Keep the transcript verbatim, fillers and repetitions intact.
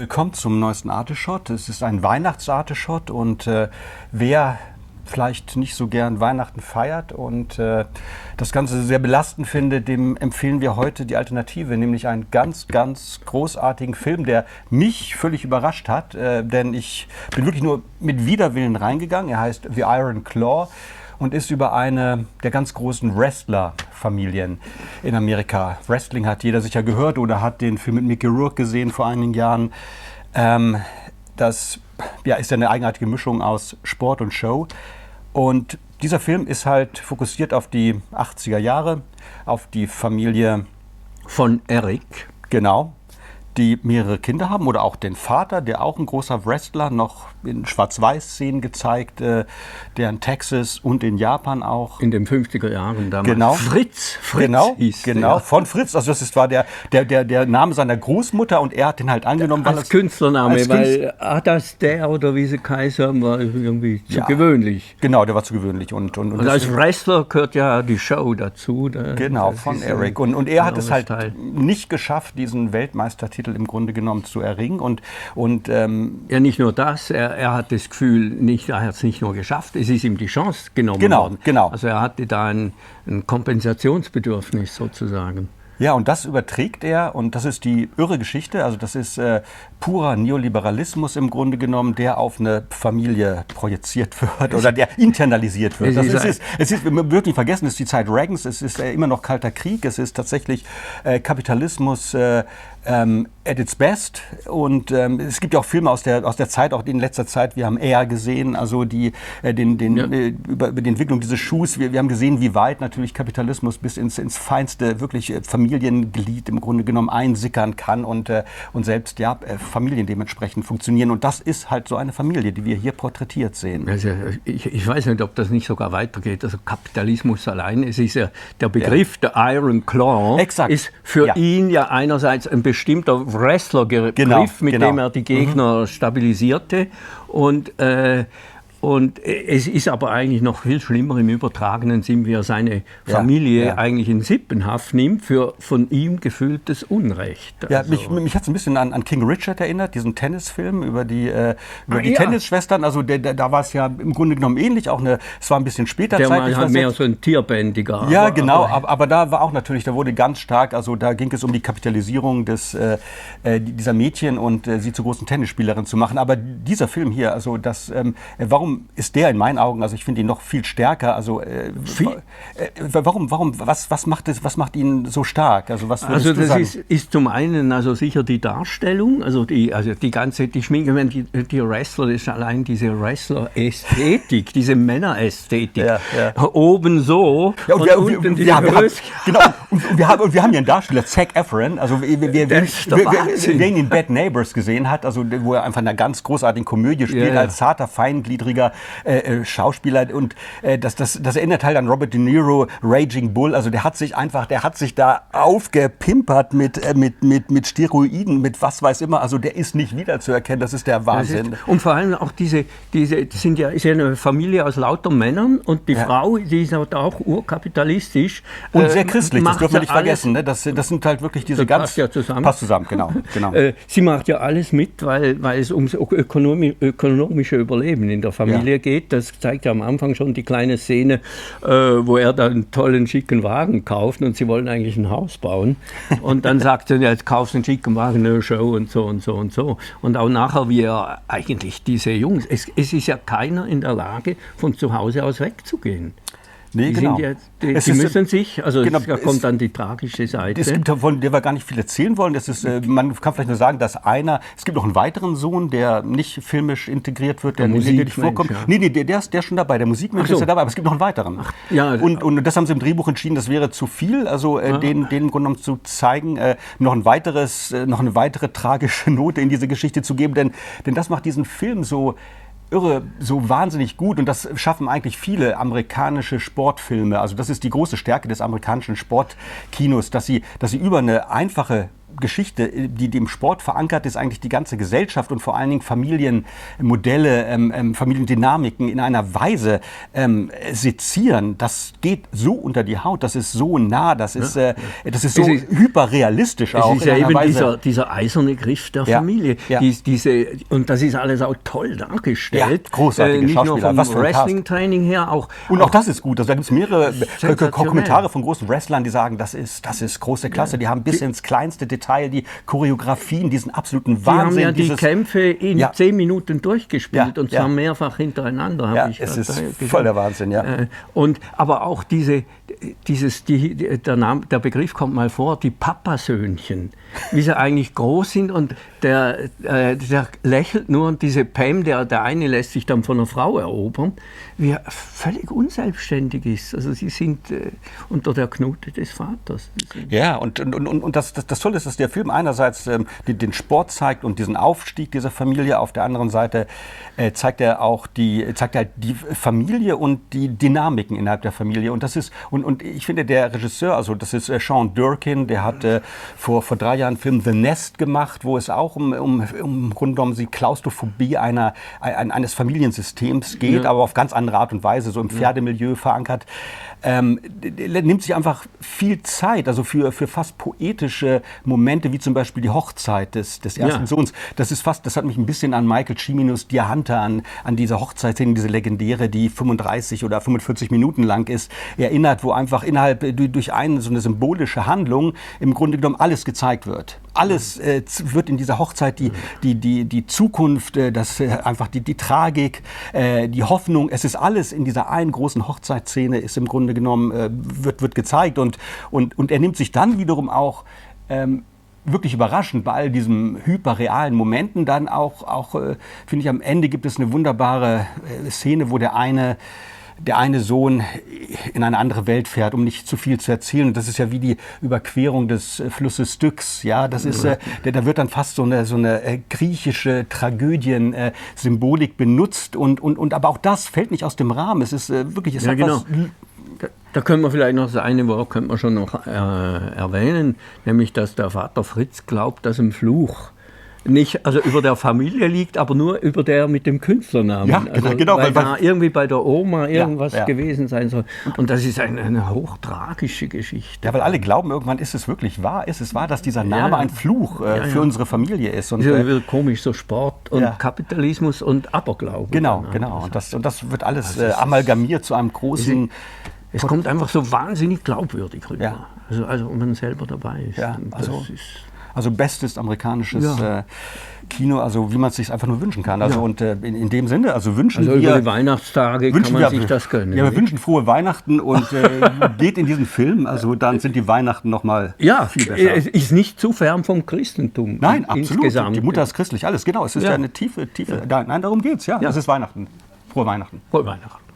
willkommen zum neuesten Arteshot. Es ist ein Weihnachts-Arteshot und äh, wer vielleicht nicht so gern Weihnachten feiert und äh, das Ganze sehr belastend findet, dem empfehlen wir heute die Alternative, nämlich einen ganz, ganz großartigen Film, der mich völlig überrascht hat, äh, denn ich bin wirklich nur mit Widerwillen reingegangen. Er heißt The Iron Claw und ist über eine der ganz großen Wrestler-Familien in Amerika. Wrestling hat jeder sicher gehört oder hat den Film mit Mickey Rourke gesehen vor einigen Jahren. Ähm, das ja, ist ja eine eigenartige Mischung aus Sport und Show. Und dieser Film ist halt fokussiert auf die achtziger Jahre, auf die Familie von Eric. Genau, die mehrere Kinder haben oder auch den Vater, der auch ein großer Wrestler, noch in Schwarz-Weiß-Szenen gezeigt, äh, der in Texas und in Japan auch. In den fünfziger Jahren damals. Genau. Fritz, Fritz genau, hieß genau, der. von Fritz. Also das ist, war der, der, der, der Name seiner Großmutter und er hat den halt angenommen. Als weil es, Künstlername, als weil Adas der oder wie sie Kaiser war irgendwie zu Ja, gewöhnlich. Genau, der war zu gewöhnlich. Und, und, und Und als Wrestler gehört ja die Show dazu. Da, Genau, das von ist Eric. Und, und er hat enormes es halt Teil. nicht geschafft, diesen Weltmeistertitel im Grunde genommen zu erringen. Und, und ähm, Ja, nicht nur das, er, er hat das Gefühl, nicht, er hat es nicht nur geschafft, es ist ihm die Chance genommen Genau, worden. genau. Also er hatte da ein, ein Kompensationsbedürfnis sozusagen. ja, und das überträgt er, und das ist die irre Geschichte, also das ist äh, purer Neoliberalismus im Grunde genommen, der auf eine Familie projiziert wird oder der internalisiert wird. Es Das ist ist, ein- es, es ist, wir dürfen nicht vergessen, es ist die Zeit Reagans, es ist äh, immer noch Kalter Krieg, es ist tatsächlich äh, Kapitalismus äh, ähm, at its best. Und ähm, es gibt ja auch Filme aus der, aus der Zeit, auch in letzter Zeit, wir haben Air gesehen, also die, äh, den, den, Ja. äh, über, über die Entwicklung dieses Schuhs, wir, wir haben gesehen, wie weit natürlich Kapitalismus bis ins, ins feinste, wirklich äh, Familienglied im Grunde genommen einsickern kann und, äh, und selbst ja, äh, Familien dementsprechend funktionieren. Und das ist halt so eine Familie, die wir hier porträtiert sehen. Also ich, ich weiß nicht, ob das nicht sogar weitergeht. Also Kapitalismus allein, es ist ja der Begriff der Iron Claw, Exakt. ist für Ja. ihn ja einerseits ein bestimmter Wrestler-Begriff, Genau, mit genau. dem er die Gegner stabilisierte. Und, äh, und es ist aber eigentlich noch viel schlimmer im übertragenen Sinn, wie er seine Ja, Familie ja. eigentlich in Sippenhaft nimmt für von ihm gefühltes Unrecht. Ja, Also- mich, mich hat es ein bisschen an, an King Richard erinnert, diesen Tennisfilm über die, äh, über Ah, die ja. Tennisschwestern. Also der, der, da war es ja im Grunde genommen ähnlich. Auch eine, es war ein bisschen später der war zeitlich halt mehr versetzt. so ein Tierbändiger. Ja, aber- genau, aber- aber, aber da war auch natürlich, da wurde ganz stark, also da ging es um die Kapitalisierung des, äh, äh, dieser Mädchen und äh, sie zu großen Tennisspielerinnen zu machen. Aber dieser Film hier, also das, ähm, äh, warum ist der in meinen Augen, also ich finde ihn noch viel stärker, also äh, Viel? äh, warum, warum, was, was macht es, was macht ihn so stark? Also was würdest Also du das sagen? ist, ist zum einen also sicher die Darstellung, also die, also die ganze, die Schminke, wenn die, die Wrestler, das ist allein diese Wrestler-Ästhetik, diese Männerästhetik. Ja, ja. Oben so Ja, und und wir, unten wir, diese wir, haben, wir, haben, Höschen. genau, und wir, haben, und wir haben hier einen Darsteller, Zac Efron, also wir, wir, wir, Das wir, ist der wir, Wahnsinn. wer ihn in Bad Neighbors gesehen hat, also wo er einfach in einer ganz großartigen Komödie spielt, Ja, ja. als zarter, feingliedriger äh, äh, Schauspieler, und äh, das, das, das erinnert halt an Robert De Niro, Raging Bull, also der hat sich einfach, der hat sich da aufgepimpert mit, äh, mit, mit, mit Steroiden, mit was weiß immer, also der ist nicht wiederzuerkennen, das ist der Das Wahnsinn. ist, und vor allem auch diese, diese das sind ja, ist ja eine Familie aus lauter Männern und die Ja. Frau, die ist halt auch urkapitalistisch. Und äh, sehr christlich, das macht dürfen wir ja nicht alles- vergessen. Ne? Das, das sind halt wirklich diese Das ganz... passt ja zusammen. Passt zusammen, genau. genau. Äh, sie macht ja alles mit, weil, weil es ums ökonomi ökonomische Überleben in der Familie Ja. geht. Das zeigt ja am Anfang schon die kleine Szene, äh, wo er da einen tollen, schicken Wagen kauft und sie wollen eigentlich ein Haus bauen. Und dann sagt er, ja, jetzt kaufst du einen schicken Wagen, eine Show und so und so und so. Und auch nachher, wie er eigentlich diese Jungs, es, es ist ja keiner in der Lage, von zu Hause aus wegzugehen. Nee, Die, genau. sind ja, die, Es die ist- müssen sich, also genau, da kommt es- dann die tragische Seite. Es gibt von der wir gar nicht viel erzählen wollen. Das ist, äh, man kann vielleicht nur sagen, dass einer, es gibt noch einen weiteren Sohn, der nicht filmisch integriert wird, der, Der der nicht Musikmensch, vorkommt. ja. Nee, nee, der, der, ist, der ist schon dabei. Der Musikmensch Ach so. ist ja dabei, aber es gibt noch einen weiteren. ja. und, und das haben sie im Drehbuch entschieden, das wäre zu viel, also äh, den, den im Grunde genommen zu zeigen, äh, noch ein weiteres, äh, noch eine weitere tragische Note in diese Geschichte zu geben, denn, denn das macht diesen Film so irre, so wahnsinnig gut, und das schaffen eigentlich viele amerikanische Sportfilme. Also das ist die große Stärke des amerikanischen Sportkinos, dass sie, dass sie über eine einfache Geschichte, die dem Sport verankert ist, eigentlich die ganze Gesellschaft und vor allen Dingen Familienmodelle, ähm, ähm, Familiendynamiken in einer Weise ähm, sezieren. Das geht so unter die Haut, das ist so nah, das ist, äh, das ist so es ist, hyperrealistisch auch. Es ist ja eben dieser, dieser eiserne Griff der ja. Familie. Ja. Dies, diese, und das ist alles auch toll dargestellt. Ja, großartige äh, nicht Schauspieler. nur Was vom für ein Cast. Wrestling-Training her auch. Und auch das ist gut. Also da gibt es mehrere sensationell. Kommentare von großen Wrestlern, die sagen, das ist, das ist große Klasse. Die haben bis ins kleinste Detail die Choreografien, diesen absoluten Wahnsinn. Die haben ja die dieses, Kämpfe in ja. zehn Minuten durchgespielt Ja, und zwar ja. mehrfach hintereinander. Ja, ich es ist gesehen. voll der Wahnsinn, ja. Und, aber auch diese, dieses, die, der, Name, der Begriff kommt mal vor, die Papasöhnchen, wie sie eigentlich groß sind und der, äh, der lächelt nur und diese Pam, der, der eine lässt sich dann von einer Frau erobern, wie er völlig unselbstständig ist. Also sie sind äh, unter der Knute des Vaters. Ja, und, und, und, und das, das, das Tolle ist, dass der Film einerseits ähm, den, den Sport zeigt und diesen Aufstieg dieser Familie, auf der anderen Seite äh, zeigt er auch die, zeigt halt die Familie und die Dynamiken innerhalb der Familie. Und das ist, und, und ich finde, der Regisseur, also das ist äh, Sean Durkin, der hat äh, vor, vor drei Jahren einen Film The Nest gemacht, wo es auch um, um, um im Grunde genommen die Klaustrophobie einer, ein, eines Familiensystems geht, ja. aber auf ganz andere Art und Weise, so im Pferdemilieu verankert. Ähm, nimmt sich einfach viel Zeit, also für, für fast poetische Momente, wie zum Beispiel die Hochzeit des, des ersten ja. Sohns. Das ist fast, das hat mich ein bisschen an Michael Ciminos Deer Hunter, an, an diese Hochzeitsszene, diese legendäre, die fünfunddreißig oder fünfundvierzig Minuten lang ist, erinnert, wo einfach innerhalb, durch eine so eine symbolische Handlung im Grunde genommen alles gezeigt wird. Alles äh, wird in dieser Hochzeit, die, die, die, die Zukunft, äh, das, äh, einfach die, die Tragik, äh, die Hoffnung, es ist alles in dieser einen großen Hochzeitsszene, ist im Grunde genommen, äh, wird, wird gezeigt und, und, und er nimmt sich dann wiederum auch ähm, wirklich überraschend bei all diesen hyperrealen Momenten dann auch, auch äh, finde ich, am Ende gibt es eine wunderbare äh, Szene, wo der eine der eine Sohn in eine andere Welt fährt, um nicht zu viel zu erzählen. Und das ist ja wie die Überquerung des äh, Flusses Styx. Ja, das ist, äh, da, da wird dann fast so eine, so eine äh, griechische Tragödien-Symbolik äh, benutzt. Und, und, und, aber auch das fällt nicht aus dem Rahmen. Es ist äh, wirklich, es ja, hat genau. was. Da, da können wir vielleicht noch das eine Wort könnte man schon noch äh, erwähnen, nämlich, dass der Vater Fritz glaubt, dass ein Fluch nicht also über der Familie liegt, aber nur über der mit dem Künstlernamen. Ja, also, genau. Weil, Weil, da irgendwie bei der Oma irgendwas ja, ja. gewesen sein soll. Und das ist eine, eine hochtragische Geschichte. Ja, weil alle glauben, irgendwann ist es wirklich wahr. Ist es wahr, dass dieser Name ja. ein Fluch äh, ja, ja. für unsere Familie ist? Und, das ist äh, komisch, so Sport und ja. Kapitalismus und Aberglaube. Genau, dann, genau. Und das, und das wird alles also äh, amalgamiert zu einem großen... Es kommt einfach so wahnsinnig glaubwürdig rüber. Ja. Also, also, wenn man selber dabei ist. Ja, also, das ist also bestes amerikanisches ja. äh, Kino, also wie man es sich einfach nur wünschen kann. Also ja. und äh, in, in dem Sinne, also wünschen also wir... über die Weihnachtstage kann man wir, sich das gönnen. Ja, wir wünschen frohe Weihnachten und äh, geht in diesen Film, also dann sind die Weihnachten nochmal ja, viel besser. Es ist nicht zu fern vom Christentum. Nein, absolut. Insgesamt. Die Mutter ist christlich, alles, genau. Es ist ja, ja eine tiefe, tiefe... Ja. Nein, darum geht's, ja. ja. Es ist Weihnachten. Frohe Weihnachten. Frohe Weihnachten.